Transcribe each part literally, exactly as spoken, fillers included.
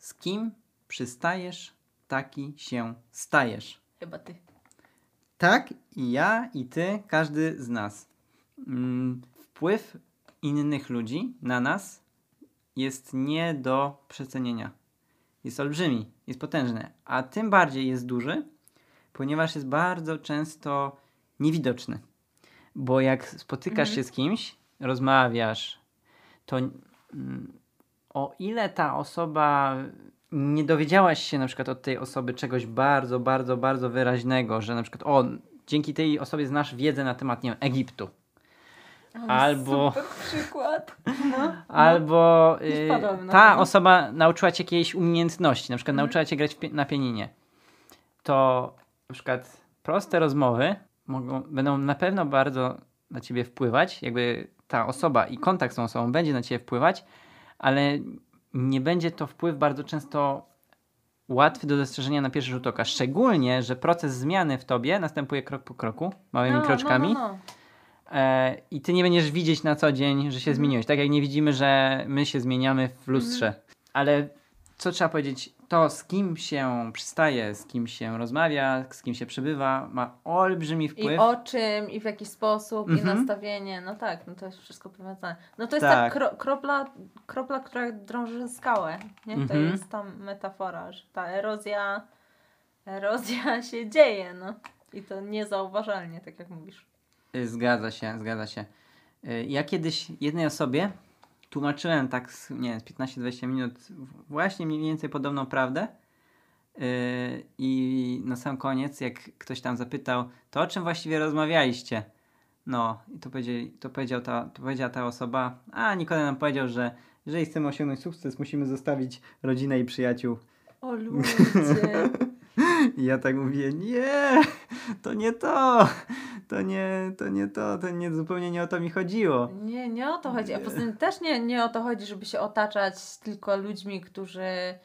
Z kim przystajesz, taki się stajesz. Chyba ty. Tak, i ja, i ty, każdy z nas. Mm, wpływ innych ludzi na nas jest nie do przecenienia. Jest olbrzymi, jest potężny, a tym bardziej jest duży, ponieważ jest bardzo często niewidoczny. Bo jak spotykasz Mhm. się z kimś, rozmawiasz, to mm, o ile ta osoba nie dowiedziałaś się na przykład od tej osoby czegoś bardzo, bardzo, bardzo wyraźnego, że na przykład o, dzięki tej osobie znasz wiedzę na temat, nie wiem, Egiptu. Ale Albo, super przykład. No, albo Nie y, wpadłabym na ta to, no. osoba nauczyła cię jakiejś umiejętności, na przykład Mhm. nauczyła cię grać w pi- na pianinie. To na przykład proste rozmowy mogą, będą na pewno bardzo na ciebie wpływać, jakby ta osoba i kontakt z tą osobą będzie na ciebie wpływać, ale nie będzie to wpływ bardzo często łatwy do dostrzeżenia na pierwszy rzut oka. Szczególnie, że proces zmiany w tobie następuje krok po kroku, małymi No, kroczkami. No, no, no. E, I ty nie będziesz widzieć na co dzień, że się Mhm. zmieniłeś. Tak jak nie widzimy, że my się zmieniamy w lustrze. Ale co trzeba powiedzieć? To, z kim się przystaje, z kim się rozmawia, z kim się przebywa, ma olbrzymi wpływ. I o czym, i w jaki sposób, Mhm. i nastawienie. No tak, no to jest wszystko powiązane. No to jest Tak. tak, kro, kropla, kropla, która drąży skałę. Nie? To Mhm. jest ta metafora, że ta erozja, erozja się dzieje, no. I to niezauważalnie, tak jak mówisz. Y, Zgadza się, zgadza się. Y, Ja kiedyś jednej osobie tłumaczyłem tak, z, nie wiem, piętnaście dwadzieścia minut właśnie mniej więcej podobną prawdę. Yy, I na sam koniec, jak ktoś tam zapytał, to o czym właściwie rozmawialiście? No, i to, powiedzieli, to, powiedział ta, to powiedziała ta osoba, a Nikodem nam powiedział, że jeżeli chcemy osiągnąć sukces, musimy zostawić rodzinę i przyjaciół. O ludzie. I ja tak mówię, nie, to nie to, to nie to, nie to, to nie, zupełnie nie o to mi chodziło. Nie, nie o to chodzi. A poza tym też nie, nie o to chodzi, żeby się otaczać tylko ludźmi, którzy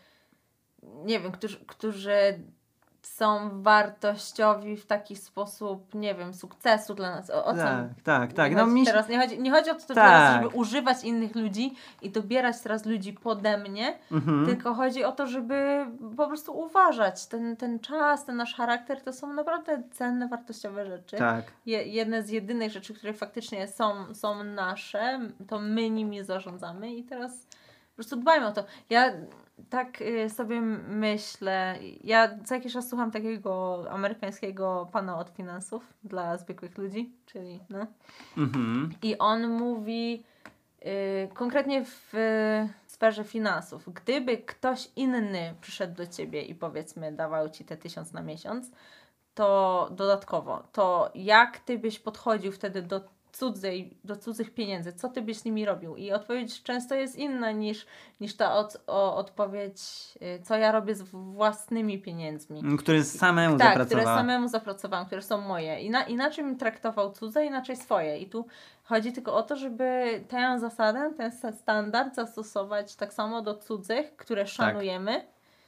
nie wiem, którzy, którzy są wartościowi w taki sposób, nie wiem, sukcesu dla nas. O, o co? Tak, tak, tak. Nie, No, chodzi mi... teraz, nie, chodzi, nie chodzi o to Tak. teraz, żeby używać innych ludzi i dobierać teraz ludzi pode mnie, mhm. tylko chodzi o to, żeby po prostu uważać. Ten, ten czas, ten nasz charakter to są naprawdę cenne, wartościowe rzeczy. Tak. Je, jedne z jedynych rzeczy, które faktycznie są, są nasze, to my nimi zarządzamy i teraz po prostu dbajmy o to. Ja tak y, sobie myślę, ja co jakiś czas słucham takiego amerykańskiego pana od finansów dla zwykłych ludzi, czyli no. Mhm. I on mówi y, konkretnie w y, sferze finansów. Gdyby ktoś inny przyszedł do ciebie i powiedzmy dawał ci te tysiąc na miesiąc, to dodatkowo, to jak ty byś podchodził wtedy do cudzej, do cudzych pieniędzy, co ty byś z nimi robił? I odpowiedź często jest inna niż, niż ta od, o, odpowiedź, y, co ja robię z własnymi pieniędzmi. Który samemu Tak, zapracowałem. które samemu zapracowałam, które są moje. Ina, inaczej bym traktował cudze, inaczej swoje. I tu chodzi tylko o to, żeby tę zasadę, ten standard zastosować tak samo do cudzych, które szanujemy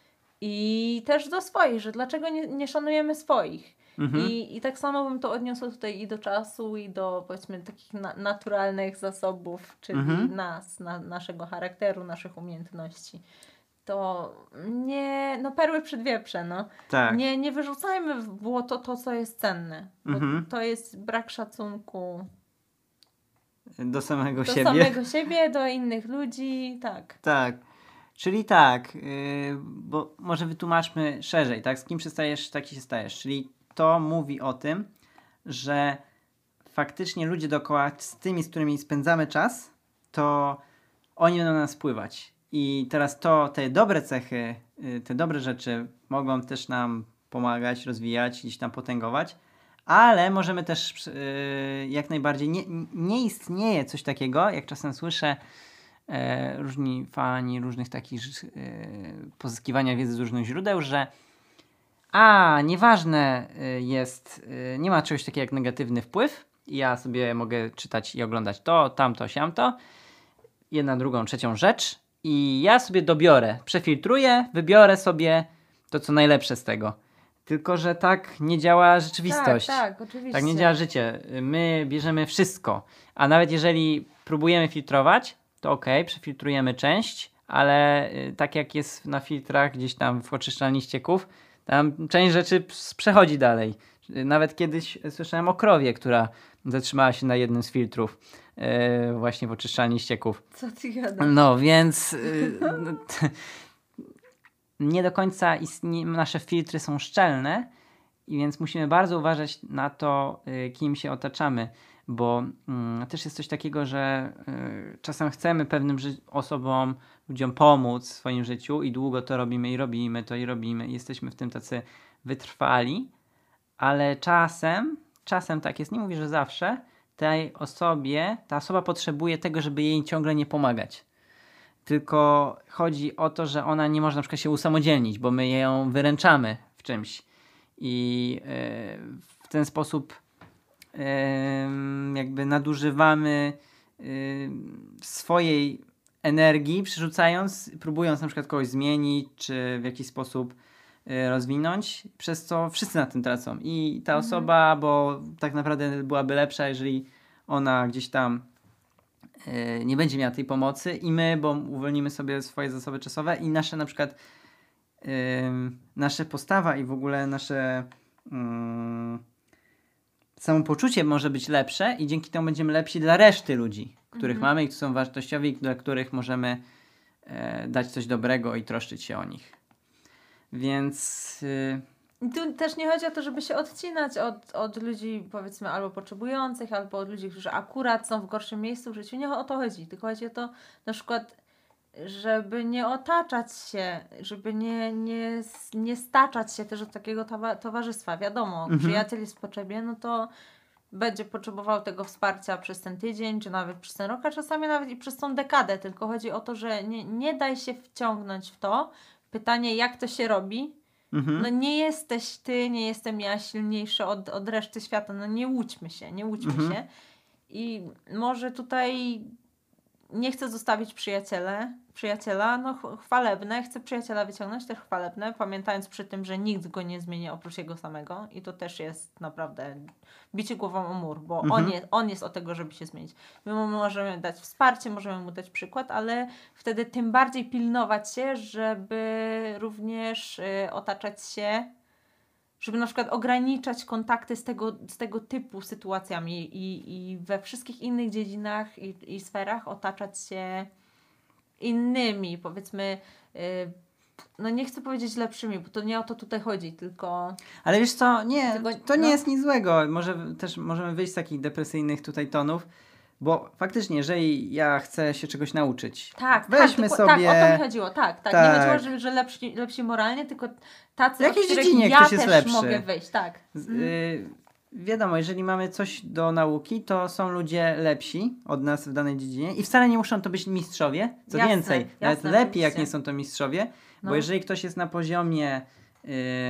i też do swoich, że dlaczego nie, nie szanujemy swoich. Mhm. I, I tak samo bym to odniosła tutaj i do czasu, i do powiedzmy takich na, naturalnych zasobów, czyli Mhm. nas, na, naszego charakteru, naszych umiejętności. To nie, no perły przed wieprze, no. Tak. Nie, nie wyrzucajmy w błoto to, co jest cenne. Bo Mhm. to jest brak szacunku Do samego do siebie. samego siebie, do innych ludzi, tak. Tak. Czyli tak, yy, bo może wytłumaczmy szerzej, tak? Z kim przystajesz, taki się stajesz. Czyli to mówi o tym, że faktycznie ludzie dookoła, z tymi, z którymi spędzamy czas, to oni będą na nas wpływać. I teraz to, te dobre cechy, yy, te dobre rzeczy mogą też nam pomagać, rozwijać, gdzieś tam potęgować, ale możemy też yy, jak najbardziej, nie, nie istnieje coś takiego, jak czasem słyszę, E, różni fani różnych takich e, pozyskiwania wiedzy z różnych źródeł, że a, nieważne e, jest, e, nie ma czegoś takiego jak negatywny wpływ. Ja sobie mogę czytać i oglądać to, tamto, siamto, jedna, drugą, trzecią rzecz i ja sobie dobiorę, przefiltruję, wybiorę sobie to, co najlepsze z tego. Tylko, że tak nie działa rzeczywistość. Tak, tak, oczywiście. Tak nie działa życie. My bierzemy wszystko, a nawet jeżeli próbujemy filtrować, to okej, przefiltrujemy część, ale y, tak jak jest na filtrach gdzieś tam w oczyszczalni ścieków, tam część rzeczy p- przechodzi dalej. Y, Nawet kiedyś słyszałem o krowie, która zatrzymała się na jednym z filtrów y, właśnie w oczyszczalni ścieków. Co ty gadasz? No więc y, no, t- nie do końca istnie, nasze filtry są szczelne i więc musimy bardzo uważać na to, y, kim się otaczamy, bo mm, też jest coś takiego, że y, czasem chcemy pewnym ży- osobom, ludziom pomóc w swoim życiu i długo to robimy i robimy to i robimy i jesteśmy w tym tacy wytrwali, ale czasem, czasem tak jest, nie mówię, że zawsze, tej osobie, ta osoba potrzebuje tego, żeby jej ciągle nie pomagać. Tylko chodzi o to, że ona nie może na przykład się usamodzielnić, bo my ją wyręczamy w czymś. I e, w ten sposób e, jakby nadużywamy e, swojej energii, przerzucając, próbując na przykład kogoś zmienić, czy w jakiś sposób e, rozwinąć, przez co wszyscy na tym tracą. I ta Mhm. osoba, bo tak naprawdę byłaby lepsza, jeżeli ona gdzieś tam e, nie będzie miała tej pomocy i my, bo uwolnimy sobie swoje zasoby czasowe i nasze na przykład ym, nasze postawa i w ogóle nasze ym, samopoczucie może być lepsze i dzięki temu będziemy lepsi dla reszty ludzi, których Mhm. mamy i którzy są wartościowi i dla których możemy e, dać coś dobrego i troszczyć się o nich. Więc y, I tu też nie chodzi o to, żeby się odcinać od, od ludzi, powiedzmy, albo potrzebujących, albo od ludzi, którzy akurat są w gorszym miejscu w życiu. Nie o to chodzi, tylko chodzi o to na przykład, żeby nie otaczać się, żeby nie, nie, nie staczać się też od takiego towa- towarzystwa. Wiadomo, Mhm. przyjaciel jest w potrzebie, no to będzie potrzebował tego wsparcia przez ten tydzień, czy nawet przez ten rok, a czasami nawet i przez tą dekadę. Tylko chodzi o to, że nie, nie daj się wciągnąć w to. Pytanie, jak to się robi? mhm. No nie jesteś ty, nie jestem ja silniejszy od, od reszty świata. No nie łudźmy się, nie łudźmy Mhm. się. I może tutaj nie chcę zostawić przyjaciele, przyjaciela, no ch- chwalebne, chcę przyjaciela wyciągnąć, też chwalebne, pamiętając przy tym, że nikt go nie zmieni oprócz jego samego i to też jest naprawdę bicie głową o mur, bo Mhm. on, jest, on jest od tego, żeby się zmienić. My mu możemy dać wsparcie, możemy mu dać przykład, ale wtedy tym bardziej pilnować się, żeby również y, otaczać się, żeby na przykład ograniczać kontakty z tego, z tego typu sytuacjami i, i we wszystkich innych dziedzinach i, i sferach otaczać się innymi, powiedzmy, y, no nie chcę powiedzieć lepszymi, bo to nie o to tutaj chodzi, tylko Ale wiesz co, nie, Tylko- to nie no. jest nic złego. Może w- też możemy wyjść z takich depresyjnych tutaj tonów, bo faktycznie, jeżeli ja chcę się czegoś nauczyć, tak, weźmy tak, sobie... tak, o to mi chodziło, tak, tak, Tak. nie chodziło, że, że lepsi, lepsi moralnie, tylko tacy, W jakiejś od których dziedzinie ja ktoś też jest lepszy. mogę wyjść, tak. Z- Mhm. y, wiadomo, jeżeli mamy coś do nauki, to są ludzie lepsi od nas w danej dziedzinie i wcale nie muszą to być mistrzowie. Co Jasne, więcej, nawet jasne, lepiej jak oczywiście. nie są to mistrzowie, No. bo jeżeli ktoś jest na poziomie y,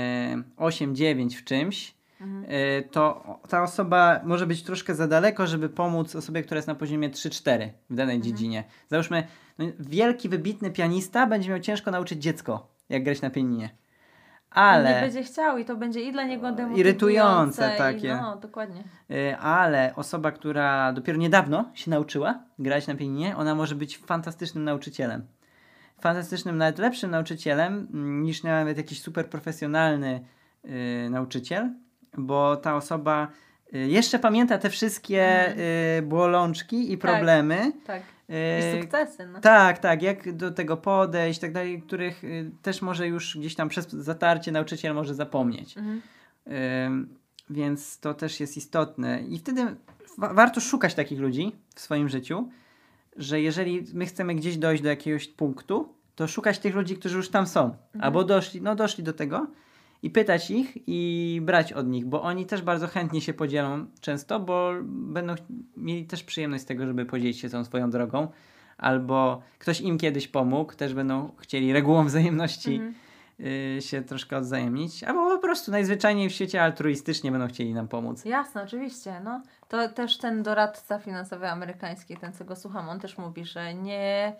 osiem dziewięć w czymś, Mhm. y, to ta osoba może być troszkę za daleko, żeby pomóc osobie, która jest na poziomie trzy cztery w danej Mhm. dziedzinie. Załóżmy, no, wielki, wybitny pianista będzie miał ciężko nauczyć dziecko, jak grać na pianinie. Ale... Nie będzie chciał i to będzie i dla niego demotywujące. Irytujące i, takie. No, dokładnie. Y, ale osoba, która dopiero niedawno się nauczyła grać na pianinie, ona może być fantastycznym nauczycielem. Fantastycznym, nawet lepszym nauczycielem mm, niż nawet jakiś super profesjonalny y, nauczyciel, bo ta osoba y, jeszcze pamięta te wszystkie Mhm. y, bolączki i problemy. Tak. y, I sukcesy, no. tak, tak, jak do tego podejść, tak dalej, których y, też może już gdzieś tam przez zatarcie nauczyciel może zapomnieć. Mhm. Ym, więc to też jest istotne. I wtedy wa- warto szukać takich ludzi w swoim życiu, że jeżeli my chcemy gdzieś dojść do jakiegoś punktu, to szukać tych ludzi, którzy już tam są. Albo doszli, no doszli do tego i pytać ich i brać od nich, bo oni też bardzo chętnie się podzielą często, bo będą ch- mieli też przyjemność z tego, żeby podzielić się tą swoją drogą. Albo ktoś im kiedyś pomógł, też będą chcieli regułą wzajemności Mhm. y, się troszkę odwzajemnić, albo po prostu najzwyczajniej w świecie altruistycznie będą chcieli nam pomóc. Jasne, oczywiście. No. To też ten doradca finansowy amerykański, ten co go słucham, on też mówi, że nie,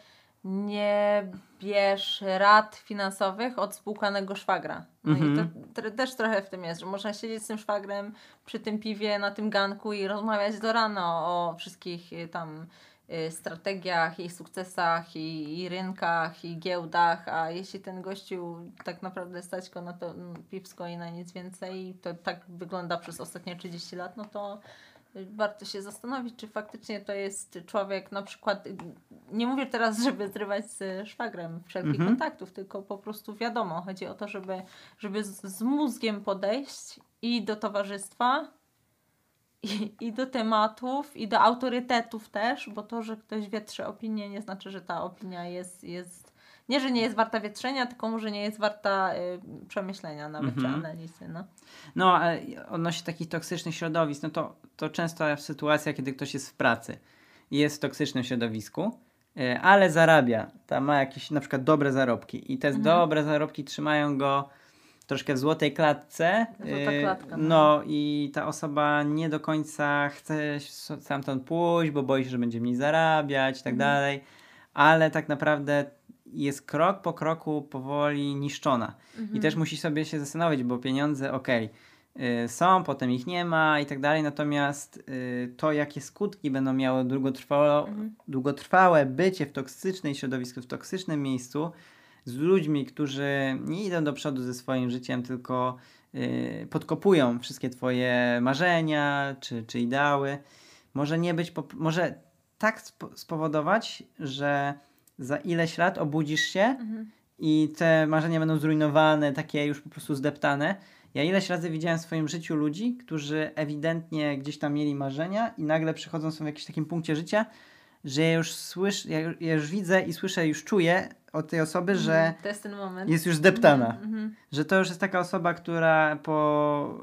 nie bierz rad finansowych od spłukanego szwagra. No Mhm. i to tr- też trochę w tym jest, że można siedzieć z tym szwagrem przy tym piwie na tym ganku i rozmawiać do rana o wszystkich y, tam y, strategiach, jej sukcesach, i, i rynkach, i giełdach, a jeśli ten gościu tak naprawdę stać go na to mm, piwsko i na nic więcej, to tak wygląda przez ostatnie trzydzieści lat, no to y, warto się zastanowić, czy faktycznie to jest człowiek, na przykład, y, nie mówię teraz, żeby zrywać z szwagrem wszelkich Mhm. kontaktów, tylko po prostu wiadomo, chodzi o to, żeby, żeby z, z mózgiem podejść i do towarzystwa, i, i do tematów, i do autorytetów też, bo to, że ktoś wietrzy opinię, nie znaczy, że ta opinia jest, jest nie, że nie jest warta wietrzenia, tylko może nie jest warta y, przemyślenia nawet, Mhm. czy analizy, no. No, ale odnośnie takich toksycznych środowisk, no to, to często sytuacja, kiedy ktoś jest w pracy i jest w toksycznym środowisku, y, ale zarabia, tam ma jakieś na przykład dobre zarobki i te Mhm. dobre zarobki trzymają go troszkę w złotej klatce. Złota y, klatka, no. No i ta osoba nie do końca chce stamtąd pójść, bo boi się, że będzie mniej zarabiać i tak Mhm. dalej, ale tak naprawdę jest krok po kroku powoli niszczona. Mhm. I też musi sobie się zastanowić, bo pieniądze, okej, y, są, potem ich nie ma i tak dalej, natomiast y, to, jakie skutki będą miało długotrwałe, Mhm. długotrwałe bycie w toksycznej środowisku, w toksycznym miejscu, z ludźmi, którzy nie idą do przodu ze swoim życiem, tylko y, podkopują wszystkie twoje marzenia czy, czy ideały, może nie być, pop- może tak spo- spowodować, że za ileś lat obudzisz się Mhm. i te marzenia będą zrujnowane, takie już po prostu zdeptane. Ja ileś razy widziałem w swoim życiu ludzi, którzy ewidentnie gdzieś tam mieli marzenia i nagle przychodzą są w jakimś takim punkcie życia, że ja już słyszę, ja, ja już widzę i słyszę, już czuję od tej osoby, że Mhm. To jest ten moment. jest już zdeptana. Mhm. Mhm. Że to już jest taka osoba, która po...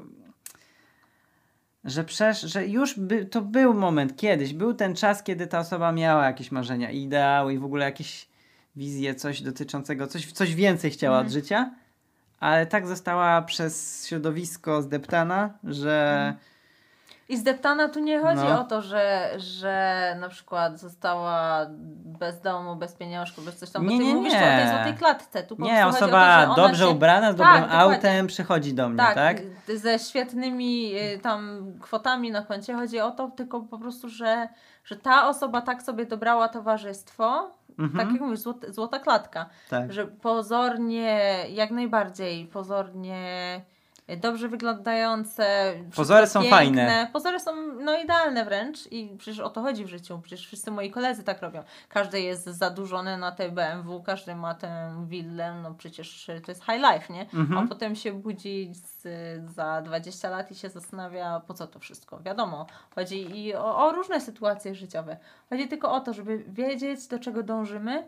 Że, przesz... że już by... to był moment kiedyś, był ten czas, kiedy ta osoba miała jakieś marzenia, ideały i w ogóle jakieś wizje, coś dotyczącego, coś, coś więcej chciała Mhm. od życia, ale tak została przez środowisko zdeptana, że... Mhm. I zdeptana tu nie chodzi No. o to, że, że na przykład została bez domu, bez pieniążków, bez coś tam, bo Nie, ty nie, mówisz nie. tu o tej złotej klatce. Tu po Nie, prostu chodzi osoba o to, że ona dobrze się... ubrana, z Tak, dobrym dokładnie. autem przychodzi do mnie, tak? Tak, y, ze świetnymi y, tam kwotami na koncie. Chodzi o to tylko po prostu, że, że ta osoba tak sobie dobrała towarzystwo, Mhm. tak jak mówisz, złota, złota klatka, Tak. że pozornie, jak najbardziej, pozornie y, dobrze wyglądające, wszystko Pozory są piękne. fajne. Pozory są no idealne wręcz i przecież o to chodzi w życiu, przecież wszyscy moi koledzy tak robią. Każdy jest zadłużony na te B M W, każdy ma tę willę, no przecież to jest high life, nie? Mhm. A potem się budzi z, za dwadzieścia lat i się zastanawia, po co to wszystko. Wiadomo, chodzi i o, o różne sytuacje życiowe. Chodzi tylko o to, żeby wiedzieć, do czego dążymy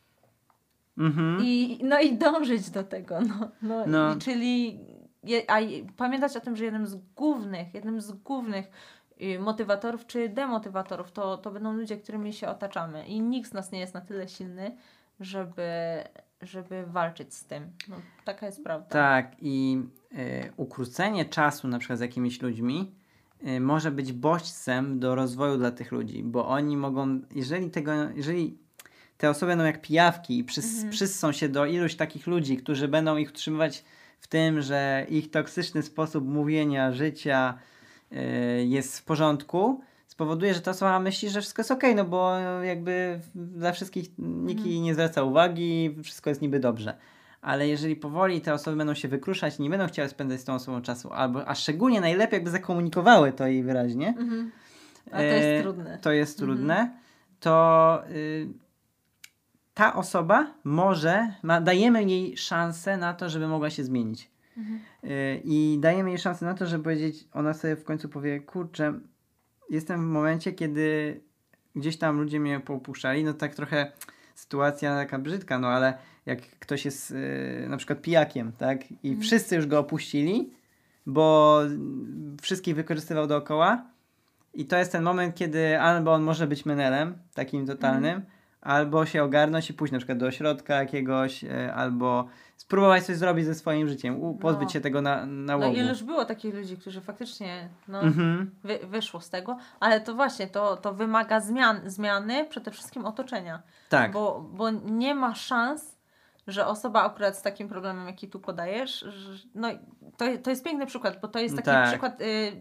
Mhm. i, no i dążyć do tego. No, no, No. I, czyli je, a, i pamiętać o tym, że jednym z głównych, jednym z głównych y, motywatorów czy demotywatorów to, to będą ludzie, którymi się otaczamy. I nikt z nas nie jest na tyle silny, żeby, żeby walczyć z tym. No, taka jest prawda. Tak, i y, ukrócenie czasu na przykład z jakimiś ludźmi y, może być bodźcem do rozwoju dla tych ludzi, bo oni mogą, jeżeli tego, jeżeli te osoby będą jak pijawki i przys, Mhm. przyssą się do iluś takich ludzi, którzy będą ich utrzymywać w tym, że ich toksyczny sposób mówienia, życia y, jest w porządku, spowoduje, że ta osoba myśli, że wszystko jest okej, no bo jakby dla wszystkich nikt Mhm. jej nie zwraca uwagi, wszystko jest niby dobrze. Ale jeżeli powoli te osoby będą się wykruszać i nie będą chciały spędzać z tą osobą czasu, albo a szczególnie najlepiej jakby zakomunikowały to jej wyraźnie, Mhm. A to jest e, trudne. to jest Mhm. trudne, to y, ta osoba może, ma, dajemy jej szansę na to, żeby mogła się zmienić. Mhm. Y, I dajemy jej szansę na to, żeby powiedzieć, ona sobie w końcu powie, kurczę, jestem w momencie, kiedy gdzieś tam ludzie mnie popuszczali, no tak trochę sytuacja taka brzydka, no ale jak ktoś jest y, na przykład pijakiem, tak, i Mhm. wszyscy już go opuścili, bo wszystkich wykorzystywał dookoła i to jest ten moment, kiedy albo on może być menelem, takim totalnym, albo się ogarnąć i pójść na przykład do ośrodka jakiegoś, y, albo spróbować coś zrobić ze swoim życiem, u, pozbyć No. się tego na, na No łogu. i już było takich ludzi, którzy faktycznie no, Mhm. wy, wyszło z tego, ale to właśnie, to, to wymaga zmian, zmiany przede wszystkim otoczenia. Tak. Bo, bo nie ma szans, że osoba akurat z takim problemem, jaki tu podajesz, że, no to, to jest piękny przykład, bo to jest taki Tak. przykład y,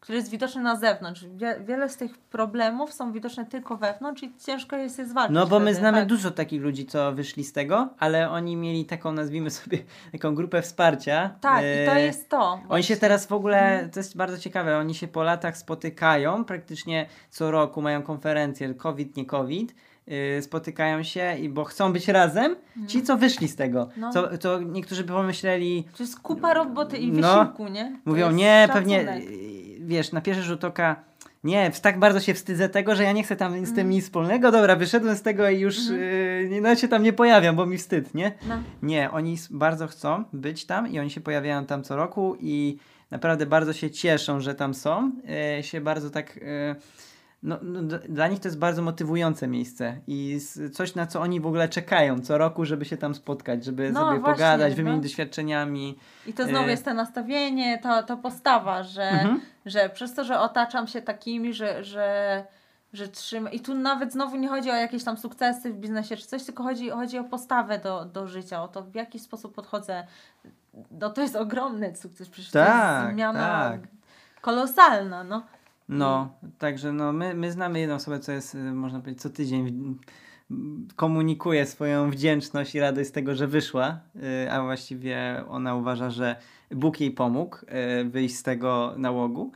który jest widoczny na zewnątrz. Wie, wiele z tych problemów są widoczne tylko wewnątrz i ciężko jest je zwalczyć. No bo my wtedy, znamy tak. dużo takich ludzi, co wyszli z tego, ale oni mieli taką, nazwijmy sobie, taką grupę wsparcia. Tak, i to E, jest to. Oni właśnie. się teraz w ogóle, to jest bardzo ciekawe, oni się po latach spotykają, praktycznie co roku mają konferencje, COVID, nie COVID, yy, spotykają się, i bo chcą być razem, ci co wyszli z tego. No. Co, co niektórzy by pomyśleli, To jest kupa roboty i No. wysiłku, nie? To mówią, jest nie, szacunek. pewnie, yy, wiesz, na pierwszy rzut oka, nie, tak bardzo się wstydzę tego, że ja nie chcę tam z tym nic wspólnego, dobra, wyszedłem z tego i już yy, no się tam nie pojawiam, bo mi wstyd, nie? No. Nie, oni s- bardzo chcą być tam i oni się pojawiają tam co roku i naprawdę bardzo się cieszą, że tam są. E, się bardzo tak... E, no, no, d- dla nich to jest bardzo motywujące miejsce i s- coś, na co oni w ogóle czekają co roku, żeby się tam spotkać, żeby No, sobie właśnie, pogadać, no. wymienić doświadczeniami. I to znowu E. jest to nastawienie, to, to postawa, że, Mhm. że przez to, że otaczam się takimi, że, że, że trzymam. I tu nawet znowu nie chodzi o jakieś tam sukcesy w biznesie czy coś, tylko chodzi, chodzi o postawę do, do życia, o to, w jaki sposób podchodzę. No to jest ogromny sukces, przecież to Tak, jest zmiana tak. kolosalna, no. No, także no, my, my znamy jedną osobę, co jest, y, można powiedzieć, co tydzień w- m, komunikuje swoją wdzięczność i radość z tego, że wyszła, y, a właściwie ona uważa, że Bóg jej pomógł y, wyjść z tego nałogu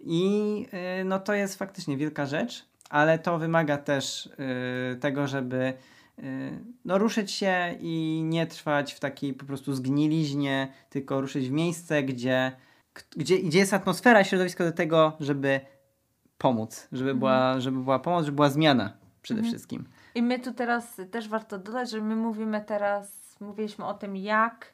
i y, no to jest faktycznie wielka rzecz, ale to wymaga też y, tego, żeby y, no ruszyć się i nie trwać w takiej po prostu zgniliźnie, tylko ruszyć w miejsce, gdzie, k- gdzie, gdzie jest atmosfera i środowisko do tego, żeby pomóc, żeby, była, żeby była pomoc, żeby była zmiana przede Mhm. wszystkim. I my tu teraz też warto dodać, że my mówimy teraz, mówiliśmy o tym, jak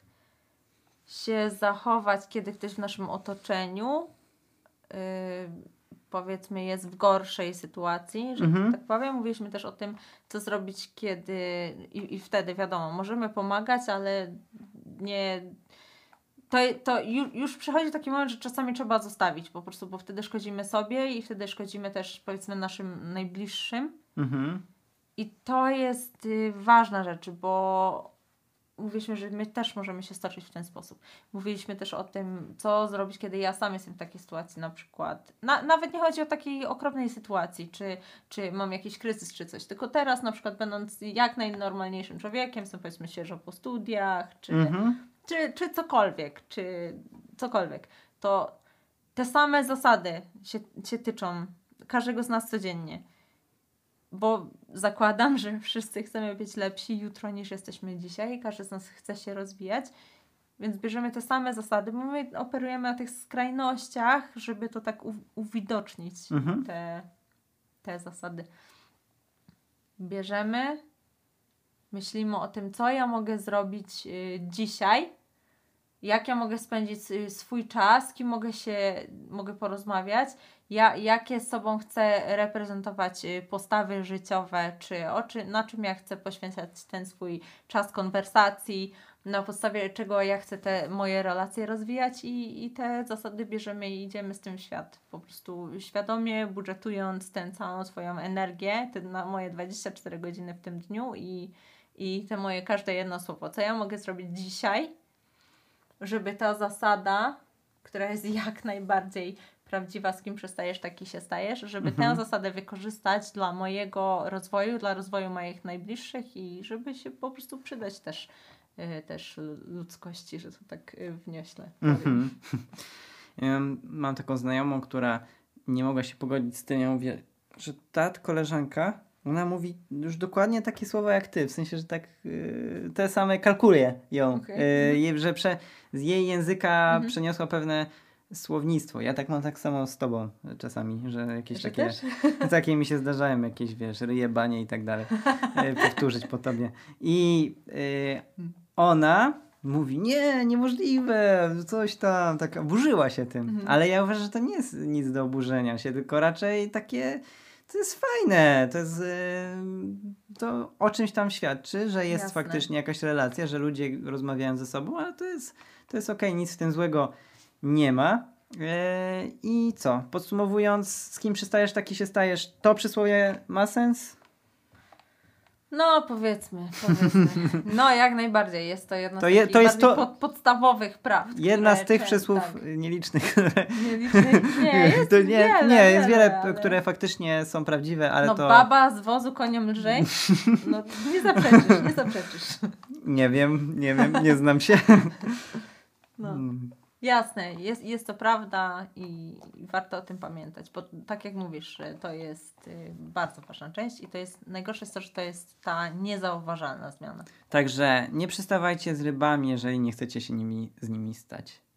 się zachować, kiedy ktoś w naszym otoczeniu yy, powiedzmy jest w gorszej sytuacji, że Mhm. tak powiem. Mówiliśmy też o tym, co zrobić, kiedy i, i wtedy wiadomo, możemy pomagać, ale nie... To, to ju, już przychodzi taki moment, że czasami trzeba zostawić po prostu, bo wtedy szkodzimy sobie i wtedy szkodzimy też powiedzmy naszym najbliższym. Mhm. I to jest y, ważna rzecz, bo mówiliśmy, że my też możemy się stoczyć w ten sposób. Mówiliśmy też o tym, co zrobić, kiedy ja sam jestem w takiej sytuacji na przykład. Na, nawet nie chodzi o takiej okropnej sytuacji, czy, czy mam jakiś kryzys, czy coś. Tylko teraz na przykład będąc jak najnormalniejszym człowiekiem, jestem powiedzmy świeżo po studiach, czy, Mhm. czy, czy cokolwiek, czy cokolwiek, to te same zasady się, się tyczą każdego z nas codziennie. Bo zakładam, że wszyscy chcemy być lepsi jutro niż jesteśmy dzisiaj. Każdy z nas chce się rozwijać. Więc bierzemy te same zasady, bo my operujemy na tych skrajnościach, żeby to tak u- uwidocznić, Mhm. te, te zasady. Bierzemy, myślimy o tym, co ja mogę zrobić y, dzisiaj, jak ja mogę spędzić y, swój czas, z kim mogę się, mogę porozmawiać, ja, jakie z sobą chcę reprezentować y, postawy życiowe, czy o czy, na czym ja chcę poświęcać ten swój czas konwersacji, na podstawie czego ja chcę te moje relacje rozwijać i, i te zasady bierzemy i idziemy z tym w świat. Po prostu świadomie budżetując tę całą swoją energię, te na moje dwadzieścia cztery godziny w tym dniu i, i te moje każde jedno słowo, co ja mogę zrobić dzisiaj, żeby ta zasada, która jest jak najbardziej prawdziwa, z kim przestajesz, taki się stajesz, żeby Mhm. tę zasadę wykorzystać dla mojego rozwoju, dla rozwoju moich najbliższych i żeby się po prostu przydać też, y, też ludzkości, że to tak y, wniośle powiem. Mhm. Ym, Mam taką znajomą, która nie mogła się pogodzić z tym. Ja mówię, że ta koleżanka, ona mówi już dokładnie takie słowa jak ty, w sensie, że tak yy, te same kalkuluje ją, Okej. yy, je- że prze, z jej języka Mhm. przeniosła pewne słownictwo. Ja tak mam tak samo z tobą czasami, że jakieś Że takie, też? takie mi się zdarzają, jakieś wiesz, ryje, banie i tak dalej, yy, powtórzyć po tobie. I yy, ona mówi, nie, niemożliwe, coś tam, tak oburzyła się tym. Mhm. Ale ja uważam, że to nie jest nic do oburzenia się, tylko raczej takie, to jest fajne, to jest, yy, to o czymś tam świadczy, że jest Jasne. faktycznie jakaś relacja, że ludzie rozmawiają ze sobą, ale to jest, to jest okej, nic w tym złego nie ma. Yy, I co? Podsumowując, z kim przystajesz, taki się stajesz. To przysłowie ma sens? No, powiedzmy, powiedzmy. No, jak najbardziej. Jest to jedno To z je- takich to jest bardziej to- pod, podstawowych praw. Jedna które z tych czę- przysłów tak, nielicznych, które... nielicznych. Nie, jest to nie, wiele, nie, jest wiele, wiele, ale- które faktycznie są prawdziwe, ale no, to... baba z wozu koniem lżej? No, nie zaprzeczysz, nie zaprzeczysz. Nie wiem, nie wiem, nie znam się. No. Mm. Jasne, jest, jest to prawda i, i warto o tym pamiętać, bo tak jak mówisz, że to jest y, bardzo ważna część i to jest, najgorsze jest to, że to jest ta niezauważalna zmiana. Także nie przystawajcie z rybami, jeżeli nie chcecie się nimi, z nimi stać.